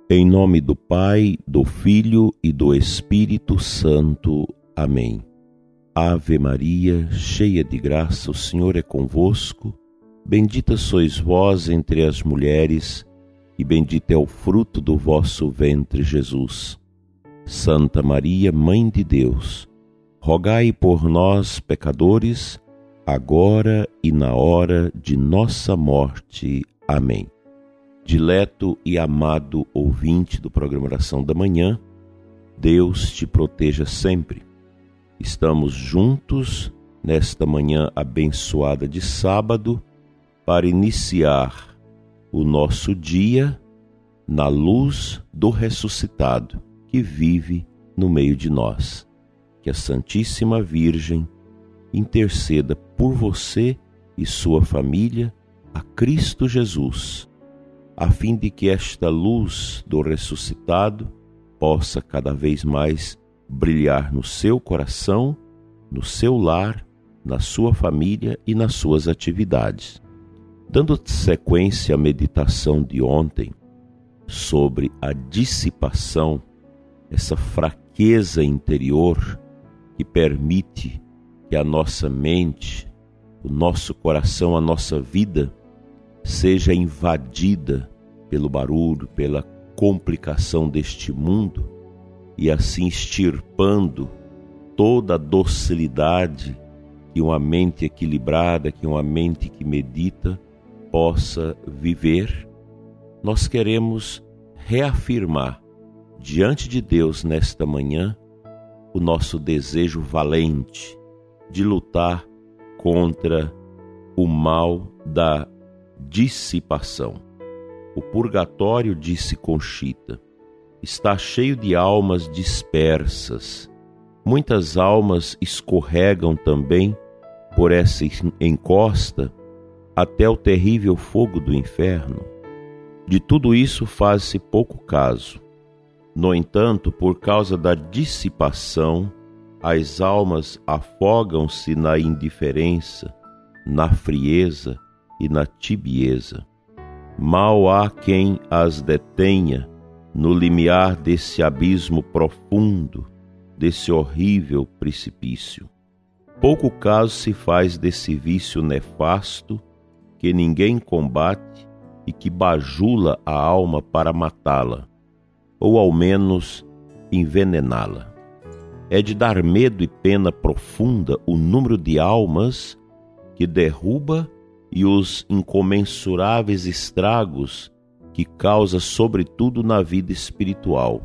Em nome do Pai, do Filho e do Espírito Santo. Amém. Ave Maria, cheia de graça, o Senhor é convosco. Bendita sois vós entre as mulheres, e bendito é o fruto do vosso ventre, Jesus. Santa Maria, Mãe de Deus, rogai por nós, pecadores, agora e na hora de nossa morte. Amém. Dileto e amado ouvinte do programa Oração da Manhã, Deus te proteja sempre. Estamos juntos nesta manhã abençoada de sábado para iniciar o nosso dia na luz do ressuscitado que vive no meio de nós. Que a Santíssima Virgem interceda por você e sua família a Cristo Jesus, a fim de que esta luz do ressuscitado possa cada vez mais brilhar no seu coração, no seu lar, na sua família e nas suas atividades. Dando sequência à meditação de ontem sobre a dissipação, essa fraqueza interior que permite que a nossa mente, o nosso coração, a nossa vida seja invadida pelo barulho, pela complicação deste mundo e assim extirpando toda a docilidade que uma mente equilibrada, que uma mente que medita possa viver. Nós queremos reafirmar diante de Deus nesta manhã o nosso desejo valente de lutar contra o mal da dissipação. O purgatório, disse Conchita, está cheio de almas dispersas. Muitas almas escorregam também por essa encosta até o terrível fogo do inferno. De tudo isso faz-se pouco caso. No entanto, por causa da dissipação, as almas afogam-se na indiferença, na frieza e na tibieza. Mal há quem as detenha no limiar desse abismo profundo, desse horrível precipício. Pouco caso se faz desse vício nefasto que ninguém combate e que bajula a alma para matá-la, ou ao menos envenená-la. É de dar medo e pena profunda o número de almas que derruba e os incomensuráveis estragos que causa sobretudo na vida espiritual.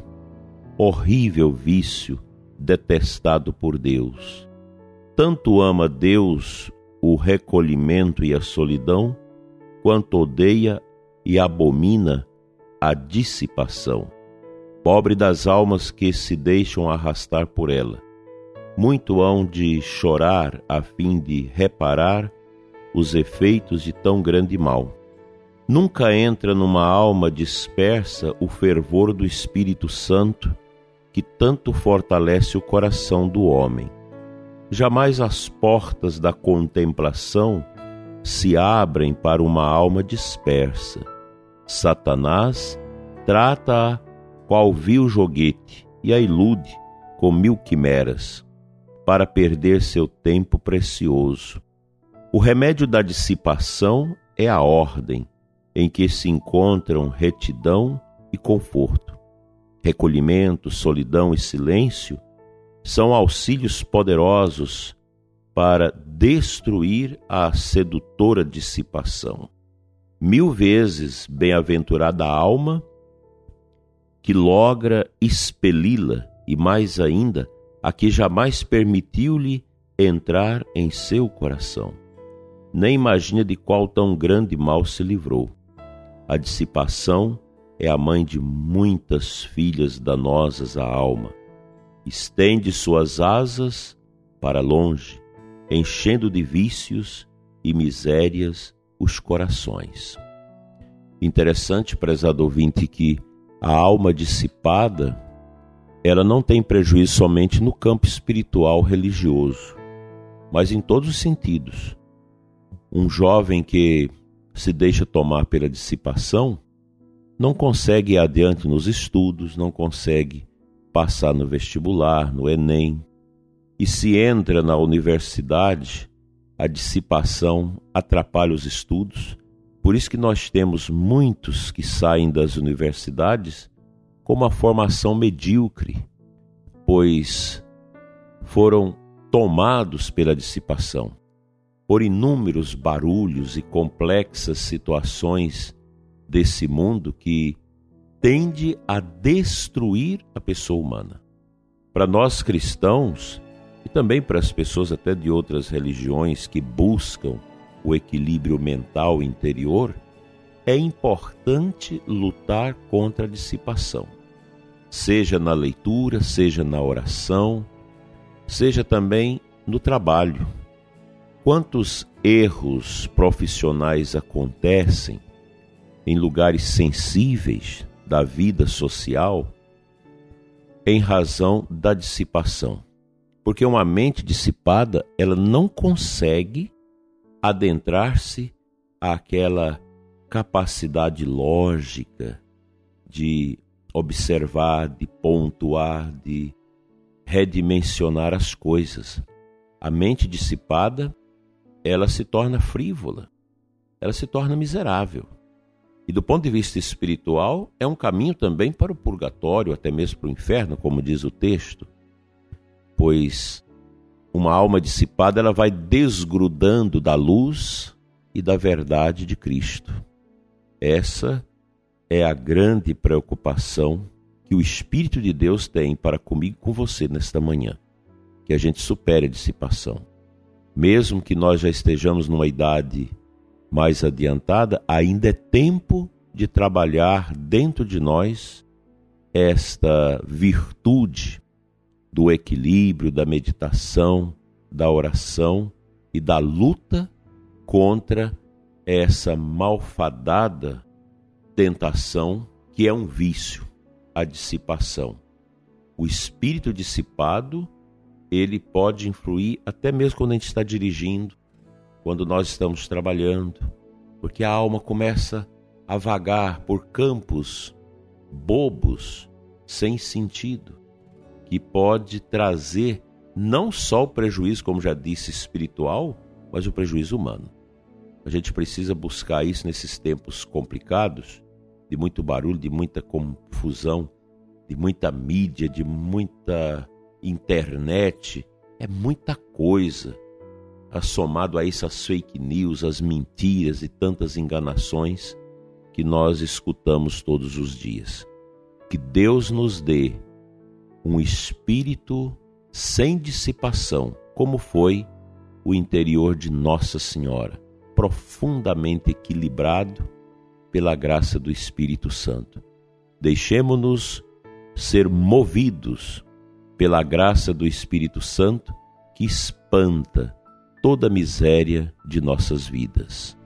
Horrível vício detestado por Deus. Tanto ama Deus o recolhimento e a solidão, quanto odeia e abomina a dissipação. Pobre das almas que se deixam arrastar por ela. Muito hão de chorar a fim de reparar os efeitos de tão grande mal. Nunca entra numa alma dispersa o fervor do Espírito Santo, que tanto fortalece o coração do homem. Jamais as portas da contemplação se abrem para uma alma dispersa. Satanás trata-a qual vil joguete e a ilude com mil quimeras, para perder seu tempo precioso. O remédio da dissipação é a ordem, em que se encontram retidão e conforto. Recolhimento, solidão e silêncio são auxílios poderosos para destruir a sedutora dissipação. 1000 vezes bem-aventurada a alma que logra expeli-la, e mais ainda, a que jamais permitiu-lhe entrar em seu coração. Nem imagina de qual tão grande mal se livrou. A dissipação é a mãe de muitas filhas danosas à alma. Estende suas asas para longe, enchendo de vícios e misérias os corações. Interessante, prezado ouvinte, que a alma dissipada, ela não tem prejuízo somente no campo espiritual religioso, mas em todos os sentidos. Um jovem que se deixa tomar pela dissipação, não consegue ir adiante nos estudos, não consegue passar no vestibular, no Enem. E se entra na universidade, a dissipação atrapalha os estudos. Por isso que nós temos muitos que saem das universidades com uma formação medíocre, pois foram tomados pela dissipação, por inúmeros barulhos e complexas situações desse mundo que tende a destruir a pessoa humana. Para nós cristãos, e também para as pessoas até de outras religiões que buscam o equilíbrio mental interior, é importante lutar contra a dissipação, seja na leitura, seja na oração, seja também no trabalho. Quantos erros profissionais acontecem em lugares sensíveis da vida social em razão da dissipação? Porque uma mente dissipada, ela não consegue adentrar-se àquela capacidade lógica de observar, de pontuar, de redimensionar as coisas. A mente dissipada, ela se torna frívola, ela se torna miserável. E do ponto de vista espiritual, é um caminho também para o purgatório, até mesmo para o inferno, como diz o texto. Pois uma alma dissipada, ela vai desgrudando da luz e da verdade de Cristo. Essa é a grande preocupação que o Espírito de Deus tem para comigo e com você nesta manhã. Que a gente supere a dissipação. Mesmo que nós já estejamos numa idade mais adiantada, ainda é tempo de trabalhar dentro de nós esta virtude do equilíbrio, da meditação, da oração e da luta contra essa malfadada tentação que é um vício, a dissipação. O espírito dissipado, ele pode influir até mesmo quando a gente está dirigindo, quando nós estamos trabalhando, porque a alma começa a vagar por campos bobos, sem sentido, que pode trazer não só o prejuízo, como já disse, espiritual, mas o prejuízo humano. A gente precisa buscar isso nesses tempos complicados, de muito barulho, de muita confusão, de muita mídia, de muita internet, é muita coisa. Somado a isso as fake news, as mentiras e tantas enganações que nós escutamos todos os dias. Que Deus nos dê um espírito sem dissipação, como foi o interior de Nossa Senhora, profundamente equilibrado pela graça do Espírito Santo. Deixemo-nos ser movidos pela graça do Espírito Santo que espanta toda a miséria de nossas vidas.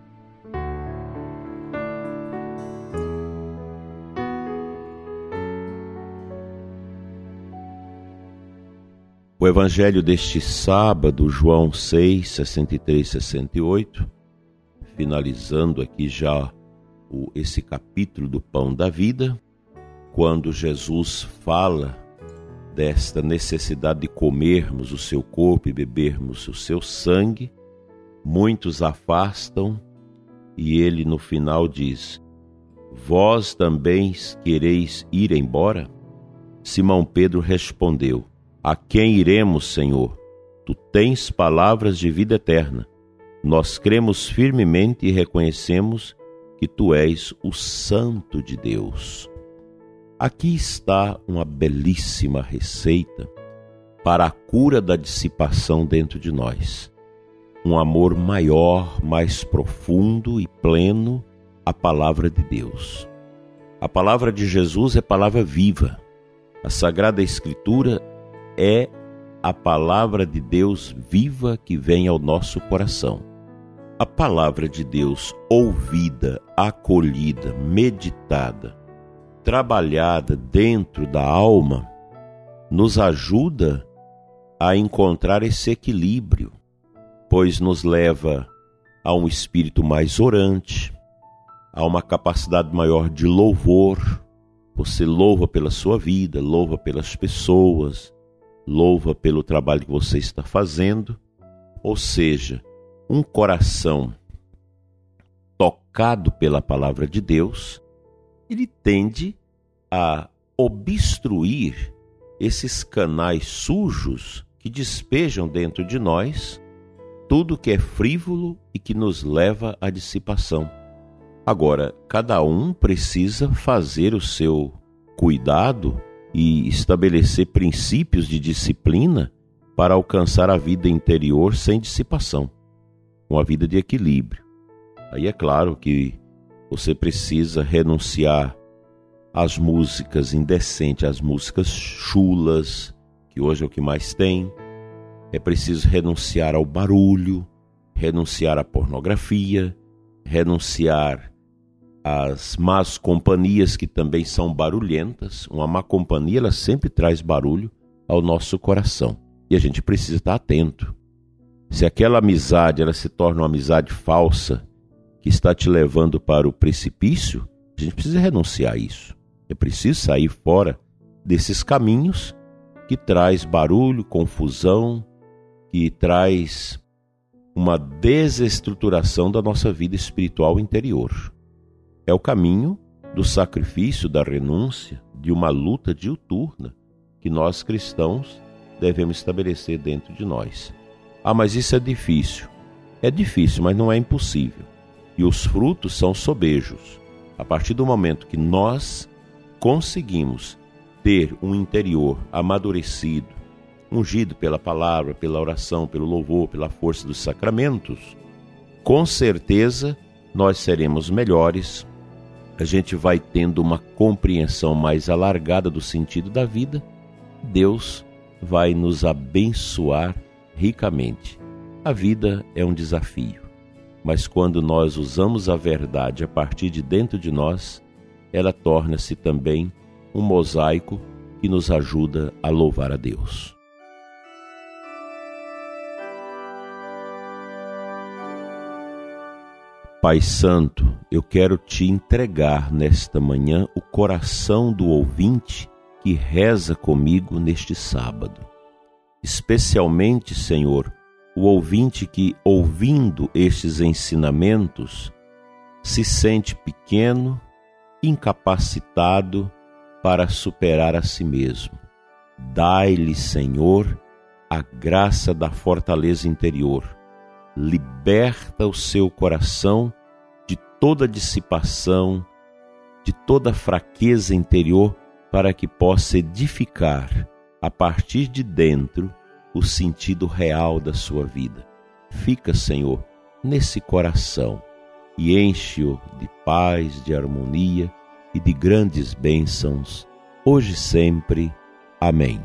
O Evangelho deste sábado, João 6, 63, 68, finalizando aqui já esse capítulo do Pão da Vida, quando Jesus fala desta necessidade de comermos o seu corpo e bebermos o seu sangue, muitos afastam e ele no final diz: vós também quereis ir embora? Simão Pedro respondeu: a quem iremos, Senhor? Tu tens palavras de vida eterna. Nós cremos firmemente e reconhecemos que tu és o Santo de Deus. Aqui está uma belíssima receita para a cura da dissipação dentro de nós. Um amor maior, mais profundo e pleno à palavra de Deus. A palavra de Jesus é palavra viva. A Sagrada Escritura é a palavra de Deus viva que vem ao nosso coração. A palavra de Deus ouvida, acolhida, meditada, trabalhada dentro da alma, nos ajuda a encontrar esse equilíbrio, pois nos leva a um espírito mais orante, há uma capacidade maior de louvor. Você louva pela sua vida, louva pelas pessoas, louva pelo trabalho que você está fazendo. Ou seja, um coração tocado pela palavra de Deus, ele tende a obstruir esses canais sujos que despejam dentro de nós tudo que é frívolo e que nos leva à dissipação. Agora, cada um precisa fazer o seu cuidado e estabelecer princípios de disciplina para alcançar a vida interior sem dissipação, uma vida de equilíbrio. Aí é claro que você precisa renunciar às músicas indecentes, às músicas chulas, que hoje é o que mais tem. É preciso renunciar ao barulho, renunciar à pornografia, renunciar às más companhias que também são barulhentas. Uma má companhia, ela sempre traz barulho ao nosso coração. E a gente precisa estar atento. Se aquela amizade ela se torna uma amizade falsa, que está te levando para o precipício, a gente precisa renunciar a isso. É preciso sair fora desses caminhos que traz barulho, confusão, que traz uma desestruturação da nossa vida espiritual interior. É o caminho do sacrifício, da renúncia, de uma luta diuturna que nós cristãos devemos estabelecer dentro de nós. Ah, mas isso é difícil. É difícil, mas não é impossível. E os frutos são sobejos. A partir do momento que nós conseguimos ter um interior amadurecido, ungido pela palavra, pela oração, pelo louvor, pela força dos sacramentos, com certeza nós seremos melhores. A gente vai tendo uma compreensão mais alargada do sentido da vida. Deus vai nos abençoar ricamente. A vida é um desafio, mas quando nós usamos a verdade a partir de dentro de nós, ela torna-se também um mosaico que nos ajuda a louvar a Deus. Pai Santo, eu quero te entregar nesta manhã o coração do ouvinte que reza comigo neste sábado. Especialmente, Senhor, o ouvinte que, ouvindo estes ensinamentos, se sente pequeno, incapacitado para superar a si mesmo. Dai-lhe, Senhor, a graça da fortaleza interior. Liberta o seu coração de toda dissipação, de toda fraqueza interior, para que possa edificar, a partir de dentro, o sentido real da sua vida. Fica, Senhor, nesse coração e enche-o de paz, de harmonia e de grandes bênçãos, hoje e sempre. Amém.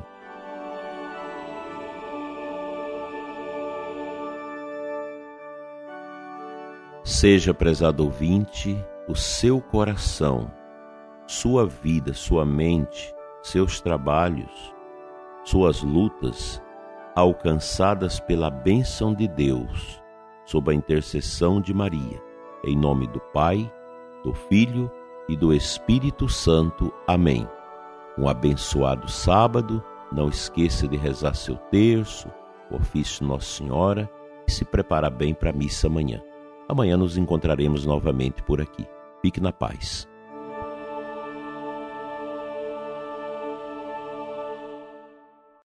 Seja, prezado ouvinte, o seu coração, sua vida, sua mente, seus trabalhos, suas lutas, alcançadas pela bênção de Deus, sob a intercessão de Maria, em nome do Pai, do Filho e do Espírito Santo. Amém. Um abençoado sábado. Não esqueça de rezar seu terço, o ofício Nossa Senhora e se preparar bem para a missa amanhã. Amanhã nos encontraremos novamente por aqui. Fique na paz.